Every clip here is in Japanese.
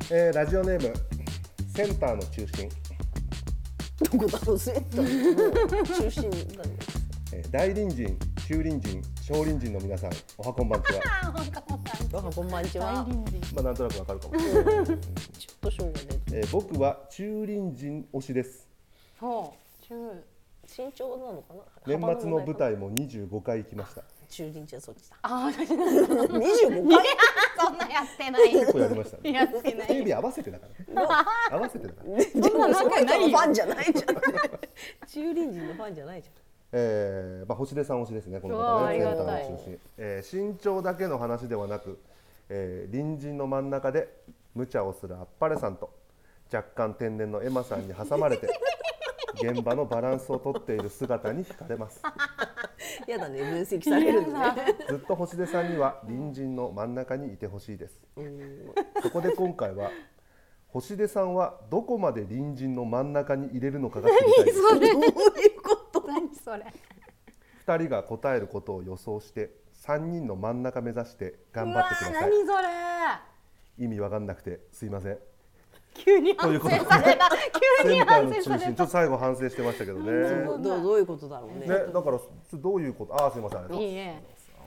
ラジオネームセンターの中心、 どこだろう、センターの中心だね。 大隣人、中隣人、小隣人の皆さん、おはこんばんちは。 どうもこんばんちは。 まあなんとなくわかるかもしれない。 ちょっとしょうがね。 僕は中隣人推しです。 ほう、身長なのかな。 年末の舞台も25回行きました。 中隣人はそっちだ。 ああ、25回。そんなやってない。 結構やりましたね。 やってない。 テレビ合わせてだからね。合わせてだから。 そんな仲いいファンじゃないじゃん。中隣人のファンじゃないじゃん。 星出さん推しですね、このうわ方ね、センタありがたいーの中心、身長だけの話ではなく、隣人の真ん中で無茶をするあっぱれさんと若干天然のエマさんに挟まれて現場のバランスをとっている姿に惹かれます。 やだね、分析されるのね。 ずっと星出さんには隣人の真ん中にいてほしいです。そこで今回は星出さんはどこまで隣人の真ん中に入れるのかが知りたいです。 それ。 どういうこと？ 何それ。 2人が答えることを予想して3人の真ん中目指して頑張ってください。 何それ。 意味わかんなくてすいません。 急に反省された。急にセンター反省されの中心、ちょっと最後反省してましたけどね。 どういうことだろうね。 ね、だからどういうこと、すいません。ありがとうございます。 いいね。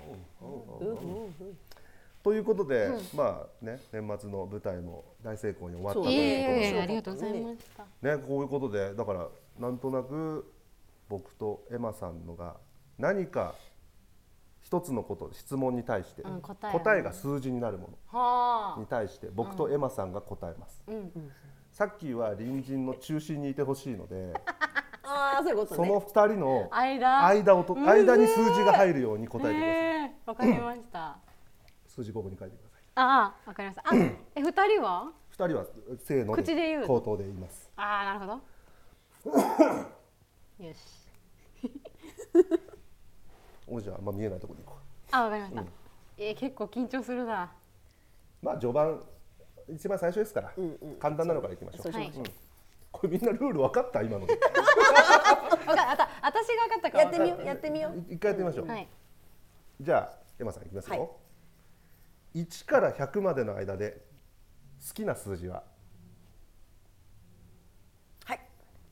ということで、まあね、年末の舞台も大成功に終わったということで、 ありがとうございました。 ね、こういうことで、だからなんとなく僕とエマさんのが何か一つのこと質問に対して答えが数字になるものに対して僕とエマさんが答えます。さっきは隣人の中心にいてほしいので、 そういうことね。 その2人の間間に数字が入るように答えてください。 わかりました。 数字ここに書いてください。 わかりました。2人は 2人はせーの口で言うの口頭で言います。 なるほど。よし。 じゃあ、見えないところに行こわかりました。結構緊張するな。 う。序盤一番最初ですから、簡単なのからいきましょう。これみんなルール分かった今ので。 私が分かったから。 やってみよう。 一回やってみましょう。 はい。 じゃあエマさんいきますよ。1から100までの間で好きな数字は？ はい。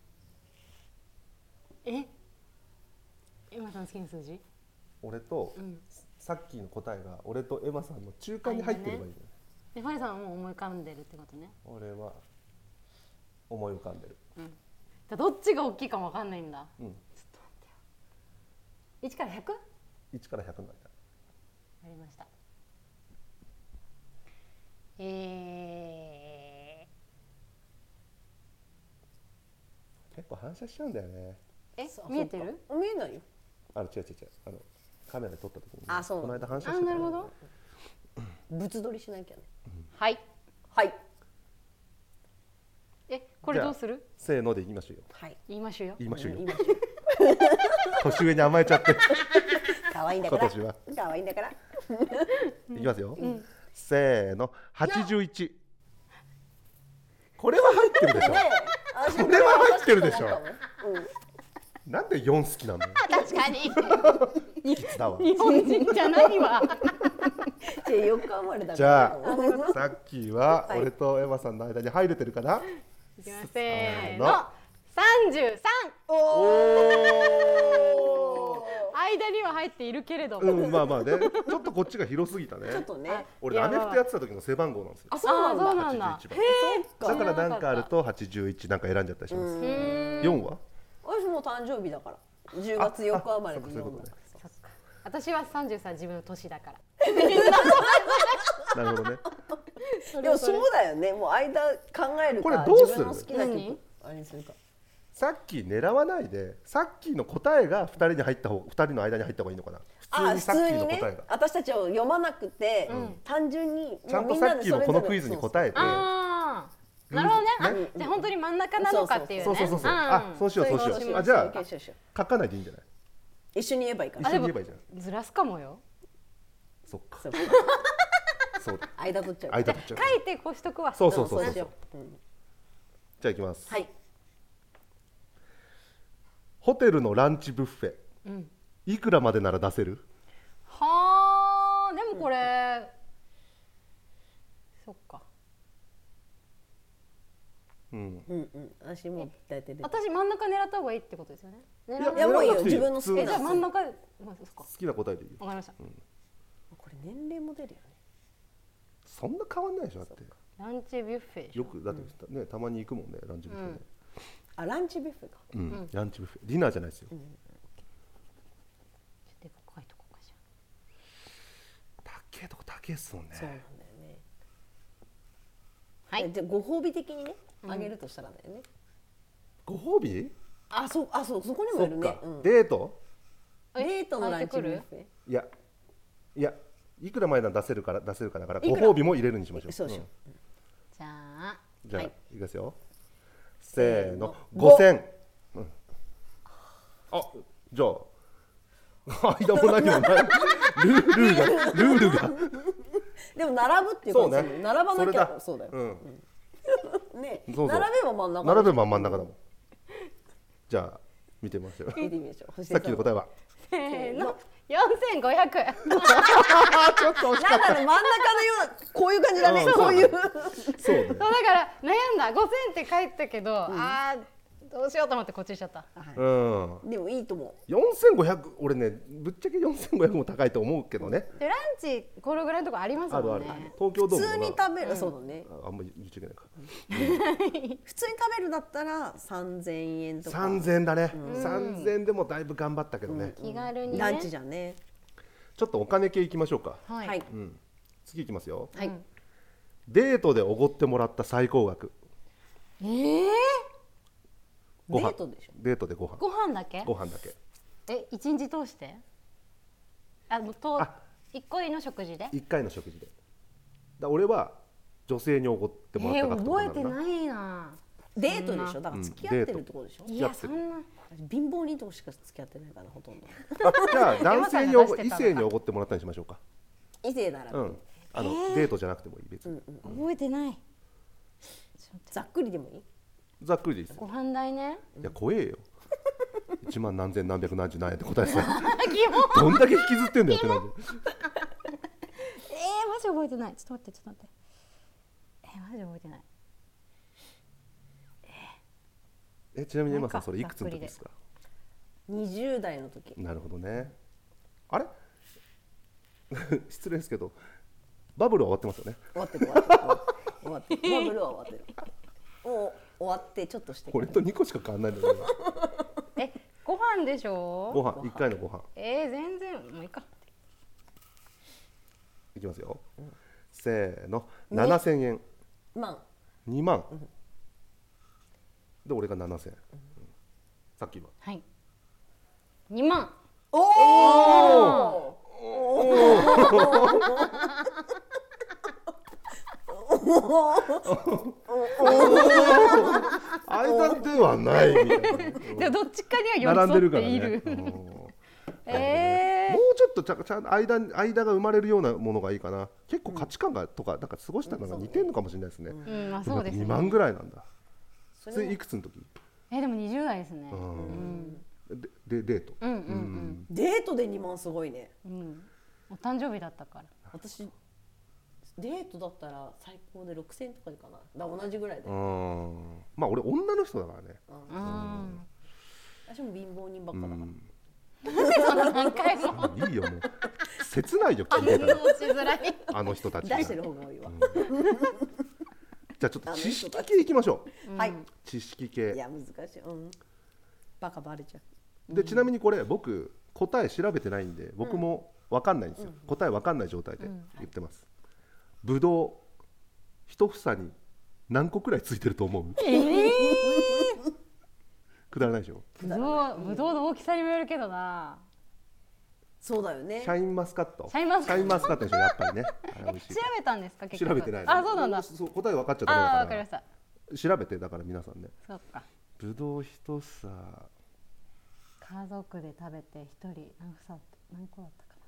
エマさん好きな数字？ 俺と、さっきの答えが俺とエマさんの中間に入ってればいいんだよね。 で、ファリさんはもう思い浮かんでるってことね。 俺は思い浮かんでる。 どっちが大きいかも分かんないんだ。ちょっと待ってよ。1から 100？ 1から100の間。 ありました。 結構反射しちゃうんだよね。 見えてる？ 見えないよ。 違うカメラで撮った時に、 そうこの間反射してた。 なるほど。 物撮りしなきゃね。 はい。これどうする？ せーので言いましょうよ。 言いましょうよ。 年上に甘えちゃって。 可愛いんだから。 今年は。 可愛いんだから。 いきますよ。せーの、81。これは入ってるでしょ。これは入ってるでしょ。なんで4好きなの？ 確かに。 いつだわ。 日本人じゃないわ。 4日生まれだから。 じゃあさっきは俺とエマさんの間に入れてるかな？ いきます。せーの。33。間には入っているけれども。 ね。ちょっとこっちが広すぎたね。 ちょっとね。 俺アメフトやってた時の背番号なんですよ。 そうなんだ。 81番。だからなんかあると81なんか選んじゃったりします。4は？ 私も誕生日だから。10月4日生まれで4だ。 私は33、自分の年だから。 なるほどね。 でもそうだよね。もう間考えるか。 これどうする？ 自分の好きな曲あれにするか。 さっき狙わないで、さっきの答えが2人の間に入った方がいいのかな。普通にさっきの答えが。 私たちを読まなくて、単純にちゃんとさっきのこのクイズに答えて。 なるほどね。じゃあ本当に真ん中なのかっていうね。 そうしよう。じゃあ書かないでいいんじゃない？ 一緒に言えばいいから。 一緒に言えばいいじゃん。 ずらすかもよ。 そっか。そうだ。 間取っちゃう。 書いてこうしとくわ。 そう。じゃあ行きます。 はい。 ホテルのランチブッフェ、いくらまでなら出せる？ はあ、でもこれ、そっか。 私も大体私真ん中狙った方がいいってことですよね。 いやもういいよ、自分の好きな。 じゃあ真ん中、 好きな答えでいい。 わかりました。 これ年齢も出るよね。 そんな変わんないでしょだって。 ランチビュッフェよくだってね、たまに行くもんね、ランチビュッフェね。 あ、ランチビュッフェか。 ランチビュッフェ、ディナーじゃないですよ。 ちょっと書いとこうかしら。 高いとこ高いっすもんね。 そうなんだよね。 はい。 じゃあご褒美的にね、あげるとしたらだよね。 ご褒美？ あ、そう、そこにもいるね。 デート？ デートのランチビュッフェ。 いや、いくら前なら出せるかだから、ご褒美も入れるにしましょう。 そうしよう。 じゃあ、 いきますよ。せーの、5000。あ、じゃあ間も何もない。ルールが。 でも並ぶっていうか、並ばなきゃそうだよ。ね、並べば真ん中。 並べば真ん中だもん。じゃあ見てみましょう。 見てみましょう。 さっきの答えは。 せーの、4500。 ちょっと惜しかった。 真ん中のようなこういう感じだね。こういう。 そうね。 そうだから悩んだ。5000って書いたけど、どうしようと思ってこっちにしちゃった。 でもいいと思う。 4500、俺ね、ぶっちゃけ4500も高いと思うけどね。 でランチこれぐらいのとこありますもんね。 ある。東京ドーム。 普通に食べる、そうだね。 あんまり言っちゃいけないか。 普通に食べるだったら3000円とか。 3000円だね。3000円でもだいぶ頑張ったけどね。 気軽にランチじゃね。 ちょっとお金系いきましょうか。 はい。 次いきますよ。 はい。 デートでおごってもらった最高額。 デートでしょ。 デートでご飯。 ご飯だけ？ ご飯だけ。 一日通して？一回の食事で ？1回の食事で。俺は女性におごってもらった額とか覚えてないな。 デートでしょ。だから付き合ってるってことでしょ。 いやそんな貧乏人としか付き合ってないからほとんど。 じゃあ男性に異性におごってもらったにしましょうか。 異性なら。 デートじゃなくてもいい別に。 覚えてない。 ざっくりでもいい？ ざっくりでいいです。 ご飯代ね。 いや怖えよ。1万何千何百何十何円って答えさ。どんだけ引きずってんだよってなんで。 マジ覚えてない。ちょっと待って。マジ覚えてない。 ちなみにエマさんそれいくつの時ですか ？20代の時。 なるほどね。あれ失礼ですけどバブルは終わってますよね。 終わってる。バブルは終わってる。もう終わってちょっとしてこれと2個しか変わんないんだよね。 ご飯でしょ？ ご飯1回のご飯。 全然もういいか。 いきますよ。せーの、7000円。2万。で俺が7000円。さっきは。 はい。2万。 間ではないみたいな。 でもどっちかには寄り添っている。 もうちょっとちゃんと間が生まれるようなものがいいかな。結構価値観がとかなんか過ごしたのが似てるのかもしれないですね。 そうですね。 2万ぐらいなんだ。それいくつの時？ でも20代ですね。 デート。 デートで2万すごいね。 お誕生日だったから。 私デートだったら最高で6000円とかでかな。同じぐらいで。 まあ俺女の人だからね。 私も貧乏人ばっかだから。 何回もいいよもう切ないよ聞いてたらあの人たち出してる方が多いわ。 じゃあちょっと知識系いきましょう。はい。 知識系。 いや難しい。バカバレちゃう。でちなみにこれ僕答え調べてないんで僕も分かんないんですよ。答え分かんない状態で言ってます。ぶどう一房に何個くらいついてると思う？くだらないでしょ。 ぶどうの大きさにもよるけどな。 そうだよね。 シャインマスカット。 シャインマスカットでしょやっぱりね。 調べたんですか？ 調べてない。 そうなんだ。 答え分かっちゃダメだから。 わかりました。 調べてだから皆さんね。 そっか。 ぶどう一房。 家族で食べて一人何個だったかな。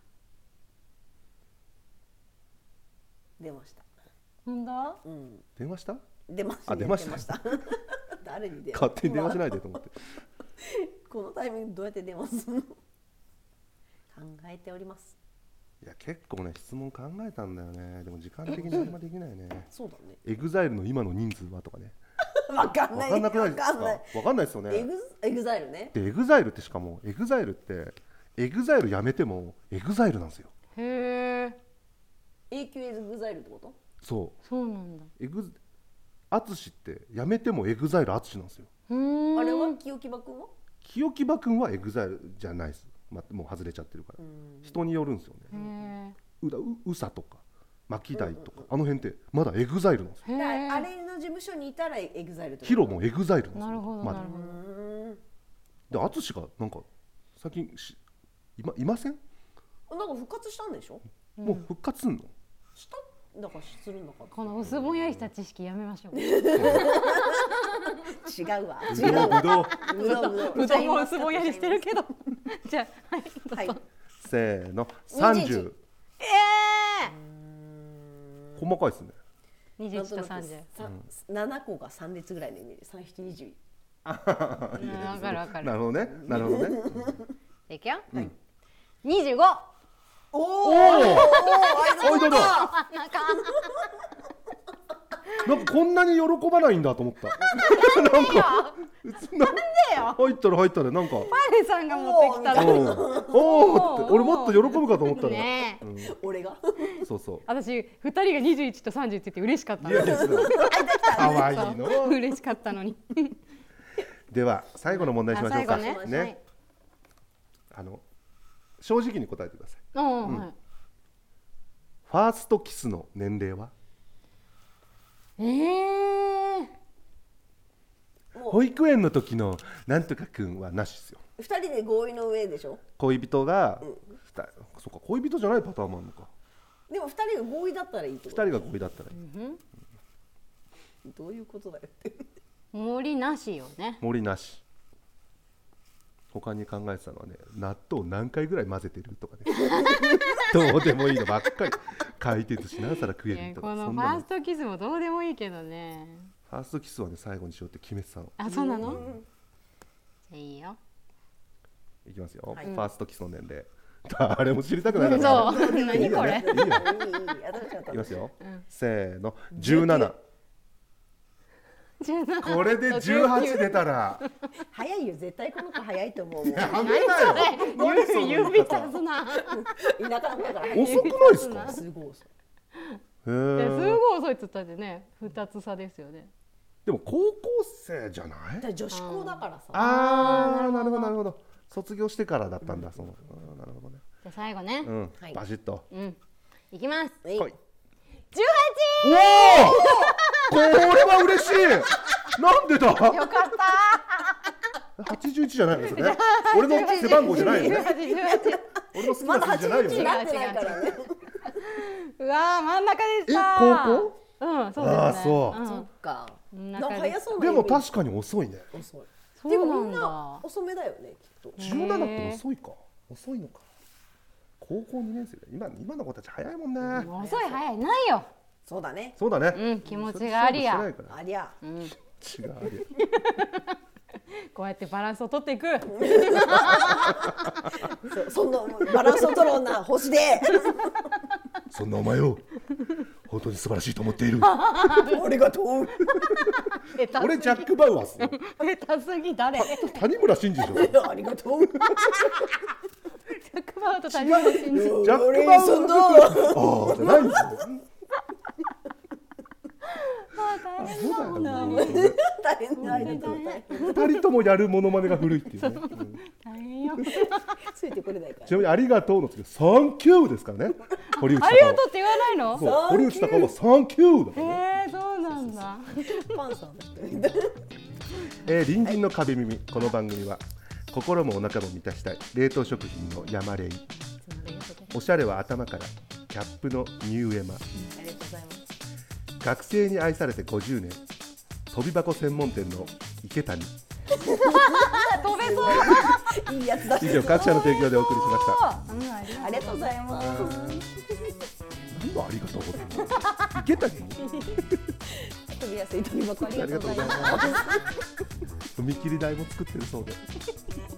出ました。 本当？ 出ました？ 出ました。誰に出勝手に電話しないでと思って。 このタイミングどうやって電話するの？考えております。 いや結構ね質問考えたんだよね。でも時間的にあんまりできないね。 そうだね。 EXILEの今の人数はとかね。 わかんない。 わかんなくないですか。わかんないですよね。 エグザイルね。 でエグザイルってしかもエグザイルってエグザイルやめてもエグザイルなんですよ。 へえ。 永久エグザイルってこと？ そうなんだ。 アツシってやめてもエグザイルアツシなんですよ。 あれは清木場くんは？ 清木場くんはエグザイルじゃないです。もう外れちゃってるから。人によるんですよね。うさとか牧大とか、あの辺ってまだエグザイルなんですよ。 あれの事務所にいたらエグザイルってこと？ ヒロもエグザイルなんですよ。 なるほどなるほど。でアツシがなんか最近いません？ なんか復活したんでしょ？ もう復活すんの？ しただからするのか。 この薄ぼんやりした知識やめましょう。 違うわ。 ぶどうも薄ぼんやりしてるけど。じゃあはい。 せーの30。細かいですね。 21と30。 7個が3列ぐらいのイメージ。3、7、20。 わかるわかる。 なるほどね。なるほどね。 いくよ。25。 おお。おいどうぞ。なんかこんなに喜ばないんだと思った。なんでよ。 入ったらなんか。 パレさんが持ってきたの。 おおって俺もっと喜ぶかと思ったら。 俺が。 そうそう。 私2人が21と30って言って嬉しかったの。 可愛いの。 嬉しかったのに。 では最後の問題しましょうか。 ね。 正直に答えてください。ファーストキスの年齢は？保育園の時のなんとかくんはなしですよ。 2人で合意の上でしょ。 恋人が、そうか恋人じゃないパターンもあるのか。 でも2人が合意だったらいいってこと。 2人が合意だったらいい。 どういうことだよって。 森なしよね。 森なし。他に考えてたのはね、納豆何回ぐらい混ぜてるとかね。どうでもいいのばっかり。回転しながら食えるとか。 このファーストキスもどうでもいいけどね。 ファーストキスはね最後にしようって決めてたの。 あ、そうなの？いいよ。 いきますよ。ファーストキスの年齢。誰も知りたくないな。 そう。何これ？ いきますよ。せーの17。これで18出たら早いよ。絶対この子早いと思う。 やめなよ。 指さすな。 田舎の子だから遅くないですか？ すごい遅い。 すごい遅いっつったってね、2つ差ですよね。 でも高校生じゃない？ 女子校だからさ。 ああ、なるほどなるほど。卒業してからだったんだ。そのなるほどね。 じゃあ最後ね。 バシッと。 いきます。 18。 おお！これは嬉しい。なんでだ。 よかった。 81じゃないですよね。俺の背番号じゃないよね。俺の好きな数じゃないよね。 なってないからね。 うわ真ん中でした。 高校？ うん、そうですね。 ああ、そう。 そっか。なんか早そうな。 でも確かに遅いね。 遅い。 でもみんな遅めだよね、きっと。 17って遅いか。遅いのか。高校2年生で今の子たち早いもんね。 遅い早いないよ。 そうだね。 そうだね。 気持ちがありや。 ありゃ。 違うありや。 こうやってバランスを取っていく。 そんなバランスを取ろうな星で。 そんなお前を本当に素晴らしいと思っている。 ありがとう。 俺ジャック・バウアース。 下手すぎ誰？ 谷村新司でしょ。 ありがとう。ジャック・バウアーと谷村新司。 ジャック・バウアーじゃないんですよ。2人ともやるモノマネが古いっていうね。 大変よ。 ついてこれないから。 ちなみにありがとうの次サンキューですからね。堀内ありがとうって言わないの？ そう堀内孝雄はサンキューだからね。 そうなんだ。 パンさん。 隣人の壁耳。この番組は心もお腹も満たしたい冷凍食品のヤマレイ。おしゃれは頭からキャップのニューエマ。 ありがとうございます。 学生に愛されて50年飛び箱専門店の池谷。 飛べそう。 いいやつだ。 以上各社の提供でお送りしました。ありがとうございます。 何のありがとうございます。池谷。 飛びやすい飛び箱ありがとうございます。 踏切台も作ってるそうで。